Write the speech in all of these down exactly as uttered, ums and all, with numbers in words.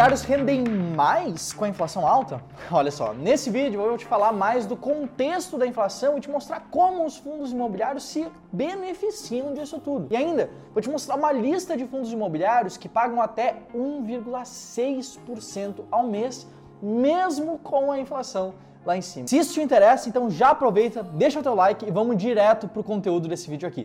imobiliários rendem mais com a inflação alta? Olha só, nesse vídeo eu vou te falar mais do contexto da inflação e te mostrar como os fundos imobiliários se beneficiam disso tudo. E ainda, vou te mostrar uma lista de fundos imobiliários que pagam até um vírgula seis por cento ao mês, mesmo com a inflação lá em cima. Se isso te interessa, então já aproveita, deixa o teu like e vamos direto pro conteúdo desse vídeo aqui.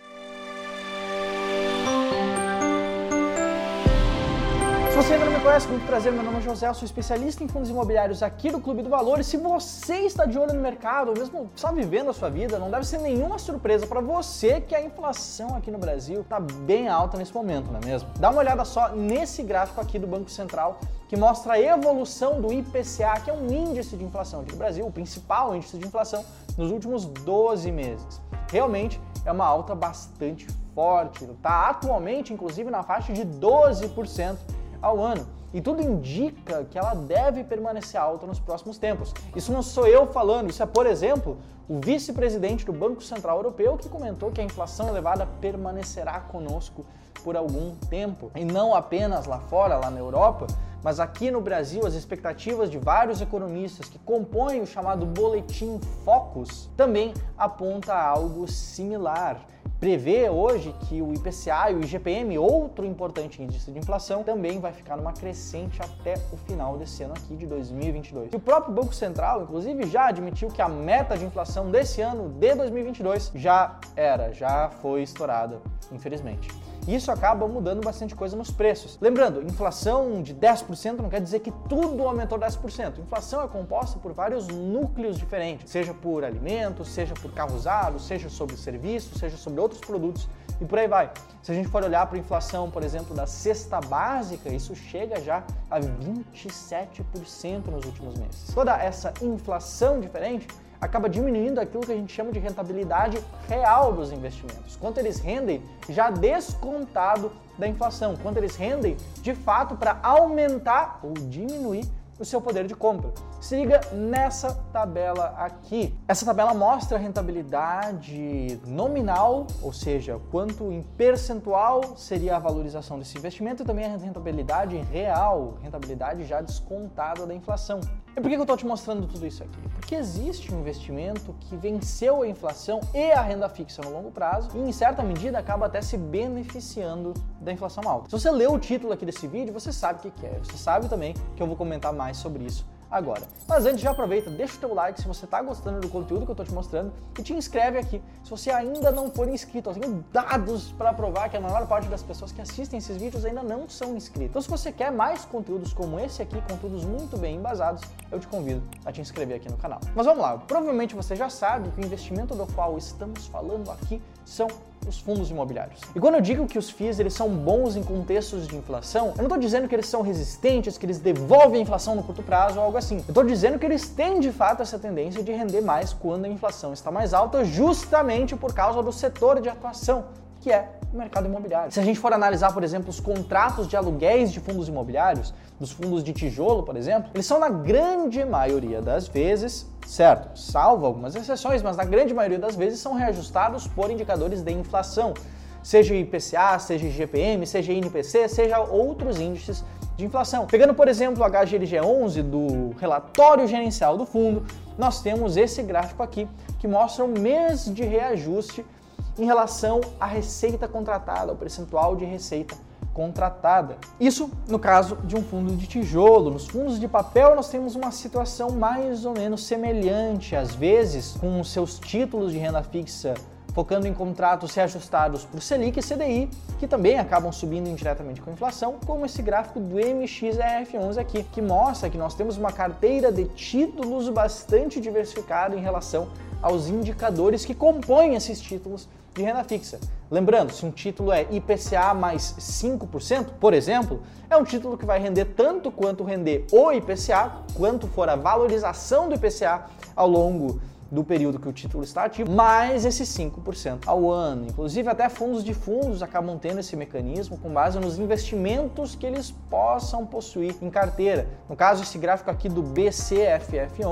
Se você ainda não me conhece, muito prazer, meu nome é José, eu sou especialista em fundos imobiliários aqui do Clube do Valor, e se você está de olho no mercado, ou mesmo só vivendo a sua vida, não deve ser nenhuma surpresa para você que a inflação aqui no Brasil está bem alta nesse momento, não é mesmo? Dá uma olhada só nesse gráfico aqui do Banco Central, que mostra a evolução do I P C A, que é um índice de inflação aqui no Brasil, o principal índice de inflação nos últimos doze meses. Realmente é uma alta bastante forte, está atualmente inclusive na faixa de doze por cento ao ano. E tudo indica que ela deve permanecer alta nos próximos tempos. Isso não sou eu falando, isso é, por exemplo, o vice-presidente do Banco Central Europeu que comentou que a inflação elevada permanecerá conosco por algum tempo. E não apenas lá fora, lá na Europa, mas aqui no Brasil, as expectativas de vários economistas que compõem o chamado Boletim Focus também aponta algo similar. Prevê hoje que o I P C A e o I G P M, outro importante índice de inflação, também vai ficar numa crescente até o final desse ano aqui de dois mil e vinte e dois. E o próprio Banco Central, inclusive, já admitiu que a meta de inflação desse ano, de dois mil e vinte e dois, já era, já foi estourada, infelizmente. E isso acaba mudando bastante coisa nos preços. Lembrando, inflação de dez por cento não quer dizer que tudo aumentou dez por cento. Inflação é composta por vários núcleos diferentes, seja por alimentos, seja por carro usado, seja sobre serviços, seja sobre outros produtos e por aí vai. Se a gente for olhar para a inflação, por exemplo, da cesta básica, isso chega já a vinte e sete por cento nos últimos meses. Toda essa inflação diferente acaba diminuindo aquilo que a gente chama de rentabilidade real dos investimentos. Quanto eles rendem já descontado da inflação, quanto eles rendem de fato para aumentar ou diminuir o seu poder de compra. Se liga nessa tabela aqui. Essa tabela mostra a rentabilidade nominal, ou seja, quanto em percentual seria a valorização desse investimento, e também a rentabilidade real, rentabilidade já descontada da inflação. E por que eu estou te mostrando tudo isso aqui? Porque existe um investimento que venceu a inflação e a renda fixa no longo prazo e, em certa medida, acaba até se beneficiando da inflação alta. Se você leu o título aqui desse vídeo, você sabe o que é. Você sabe também que eu vou comentar mais sobre isso agora. Mas antes, já aproveita, deixa o teu like se você está gostando do conteúdo que eu estou te mostrando e te inscreve aqui. Se você ainda não for inscrito, eu tenho dados para provar que a maior parte das pessoas que assistem esses vídeos ainda não são inscritos. Então, se você quer mais conteúdos como esse aqui, conteúdos muito bem embasados, eu te convido a te inscrever aqui no canal. Mas vamos lá, provavelmente você já sabe que o investimento do qual estamos falando aqui são os fundos imobiliários. E quando eu digo que os F I Is eles são bons em contextos de inflação, eu não estou dizendo que eles são resistentes, que eles devolvem a inflação no curto prazo ou algo assim. Eu estou dizendo que eles têm de fato essa tendência de render mais quando a inflação está mais alta, justamente por causa do setor de atuação, que é o mercado imobiliário. Se a gente for analisar, por exemplo, os contratos de aluguéis de fundos imobiliários, dos fundos de tijolo, por exemplo, eles são na grande maioria das vezes, certo, salvo algumas exceções, mas na grande maioria das vezes são reajustados por indicadores de inflação, seja I P C A, seja I G P M, seja I N P C, seja outros índices de inflação. Pegando, por exemplo, o H G L G onze do relatório gerencial do fundo, nós temos esse gráfico aqui que mostra o mês de reajuste em relação à receita contratada, ao percentual de receita contratada. Isso no caso de um fundo de tijolo. Nos fundos de papel nós temos uma situação mais ou menos semelhante, às vezes com seus títulos de renda fixa focando em contratos reajustados por Selic e C D I, que também acabam subindo indiretamente com a inflação, como esse gráfico do M X E F onze aqui, que mostra que nós temos uma carteira de títulos bastante diversificada em relação aos indicadores que compõem esses títulos de renda fixa. Lembrando, se um título é I P C A mais cinco por cento, por exemplo, é um título que vai render tanto quanto render o I P C A, quanto for a valorização do I P C A ao longo do período que o título está ativo, mais esses cinco por cento ao ano. Inclusive, até fundos de fundos acabam tendo esse mecanismo com base nos investimentos que eles possam possuir em carteira. No caso, esse gráfico aqui do B C F F onze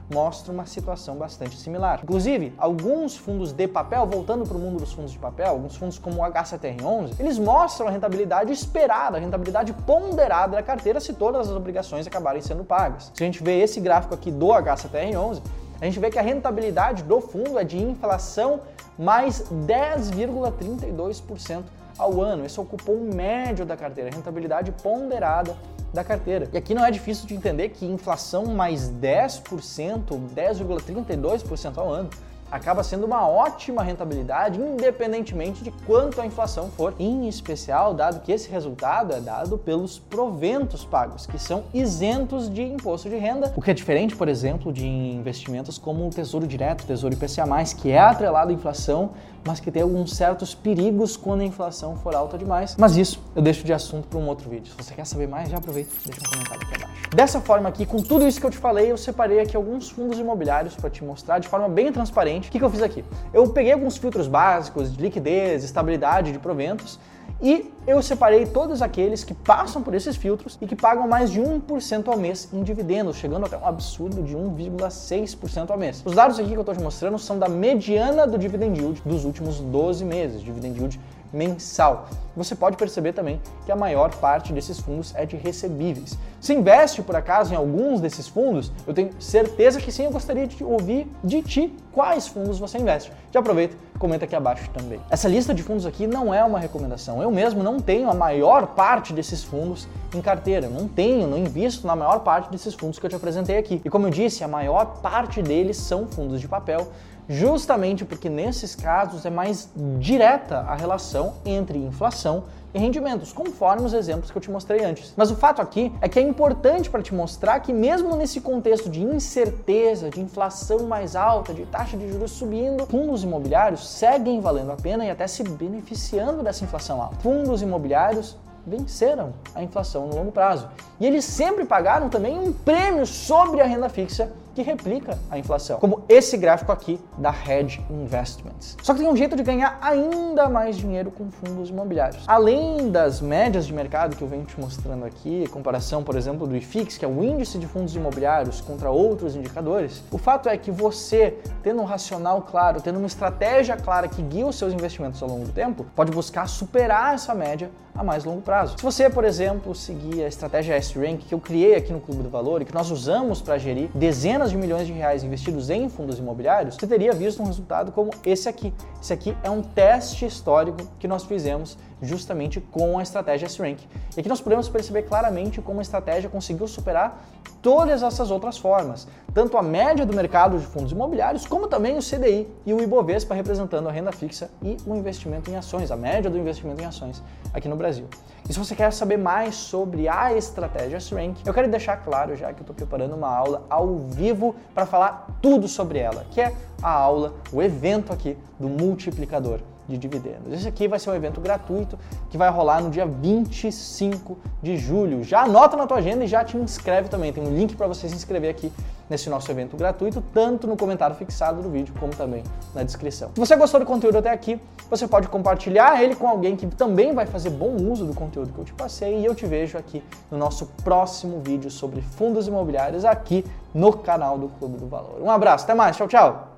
mostra uma situação bastante similar. Inclusive, alguns fundos de papel, voltando para o mundo dos fundos de papel, alguns fundos como o H C T R onze, eles mostram a rentabilidade esperada, a rentabilidade ponderada da carteira se todas as obrigações acabarem sendo pagas. Se a gente vê esse gráfico aqui do H C T R onze, a gente vê que a rentabilidade do fundo é de inflação mais dez vírgula trinta e dois por cento ao ano. Esse ocupou o médio da carteira, a rentabilidade ponderada da carteira. E aqui não é difícil de entender que inflação mais dez por cento, dez vírgula trinta e dois por cento ao ano, acaba sendo uma ótima rentabilidade, independentemente de quanto a inflação for, em especial dado que esse resultado é dado pelos proventos pagos, que são isentos de imposto de renda, o que é diferente, por exemplo, de investimentos como o Tesouro Direto, Tesouro I P C A mais, que é atrelado à inflação, mas que tem alguns certos perigos quando a inflação for alta demais. Mas isso eu deixo de assunto para um outro vídeo. Se você quer saber mais, já aproveita e deixa um comentário aqui abaixo. Dessa forma aqui, com tudo isso que eu te falei, eu separei aqui alguns fundos imobiliários para te mostrar de forma bem transparente. O que, que eu fiz aqui? Eu peguei alguns filtros básicos de liquidez, estabilidade de proventos e eu separei todos aqueles que passam por esses filtros e que pagam mais de um por cento ao mês em dividendos, chegando até um absurdo de um vírgula seis por cento ao mês. Os dados aqui que eu estou te mostrando são da mediana do dividend yield dos últimos doze meses, dividend yield mensal. Você pode perceber também que a maior parte desses fundos é de recebíveis. Se investe, por acaso, em alguns desses fundos, eu tenho certeza que sim, eu gostaria de ouvir de ti quais fundos você investe. Já aproveita e comenta aqui abaixo também. Essa lista de fundos aqui não é uma recomendação. Eu mesmo não tenho a maior parte desses fundos em carteira. Não tenho, não invisto na maior parte desses fundos que eu te apresentei aqui. E como eu disse, a maior parte deles são fundos de papel, justamente porque nesses casos é mais direta a relação entre inflação e rendimentos, conforme os exemplos que eu te mostrei antes. Mas o fato aqui é que é importante para te mostrar que mesmo nesse contexto de incerteza, de inflação mais alta, de taxa de juros subindo, fundos imobiliários seguem valendo a pena e até se beneficiando dessa inflação alta. Fundos imobiliários venceram a inflação no longo prazo. E eles sempre pagaram também um prêmio sobre a renda fixa que replica a inflação, como esse gráfico aqui da Hedge Investments. Só que tem um jeito de ganhar ainda mais dinheiro com fundos imobiliários. Além das médias de mercado que eu venho te mostrando aqui, comparação, por exemplo, do I F I X, que é o índice de fundos imobiliários, contra outros indicadores, o fato é que você, tendo um racional claro, tendo uma estratégia clara que guia os seus investimentos ao longo do tempo, pode buscar superar essa média a mais longo prazo. Se você, por exemplo, seguir a estratégia S-Rank que eu criei aqui no Clube do Valor e que nós usamos para gerir dezenas de milhões de reais investidos em fundos imobiliários, você teria visto um resultado como esse aqui. Esse aqui é um teste histórico que nós fizemos justamente com a estratégia S-Rank. E aqui nós podemos perceber claramente como a estratégia conseguiu superar todas essas outras formas, tanto a média do mercado de fundos imobiliários, como também o C D I e o Ibovespa representando a renda fixa e o investimento em ações, a média do investimento em ações aqui no Brasil. E se você quer saber mais sobre a estratégia S-Rank, eu quero deixar claro já que eu estou preparando uma aula ao vivo para falar tudo sobre ela, que é a aula, o evento aqui do multiplicador de dividendos. Esse aqui vai ser um evento gratuito que vai rolar no dia vinte e cinco de julho. Já anota na tua agenda e já te inscreve também. Tem um link para você se inscrever aqui nesse nosso evento gratuito, tanto no comentário fixado do vídeo, como também na descrição. Se você gostou do conteúdo até aqui, você pode compartilhar ele com alguém que também vai fazer bom uso do conteúdo que eu te passei e eu te vejo aqui no nosso próximo vídeo sobre fundos imobiliários aqui no canal do Clube do Valor. Um abraço, até mais, tchau, tchau!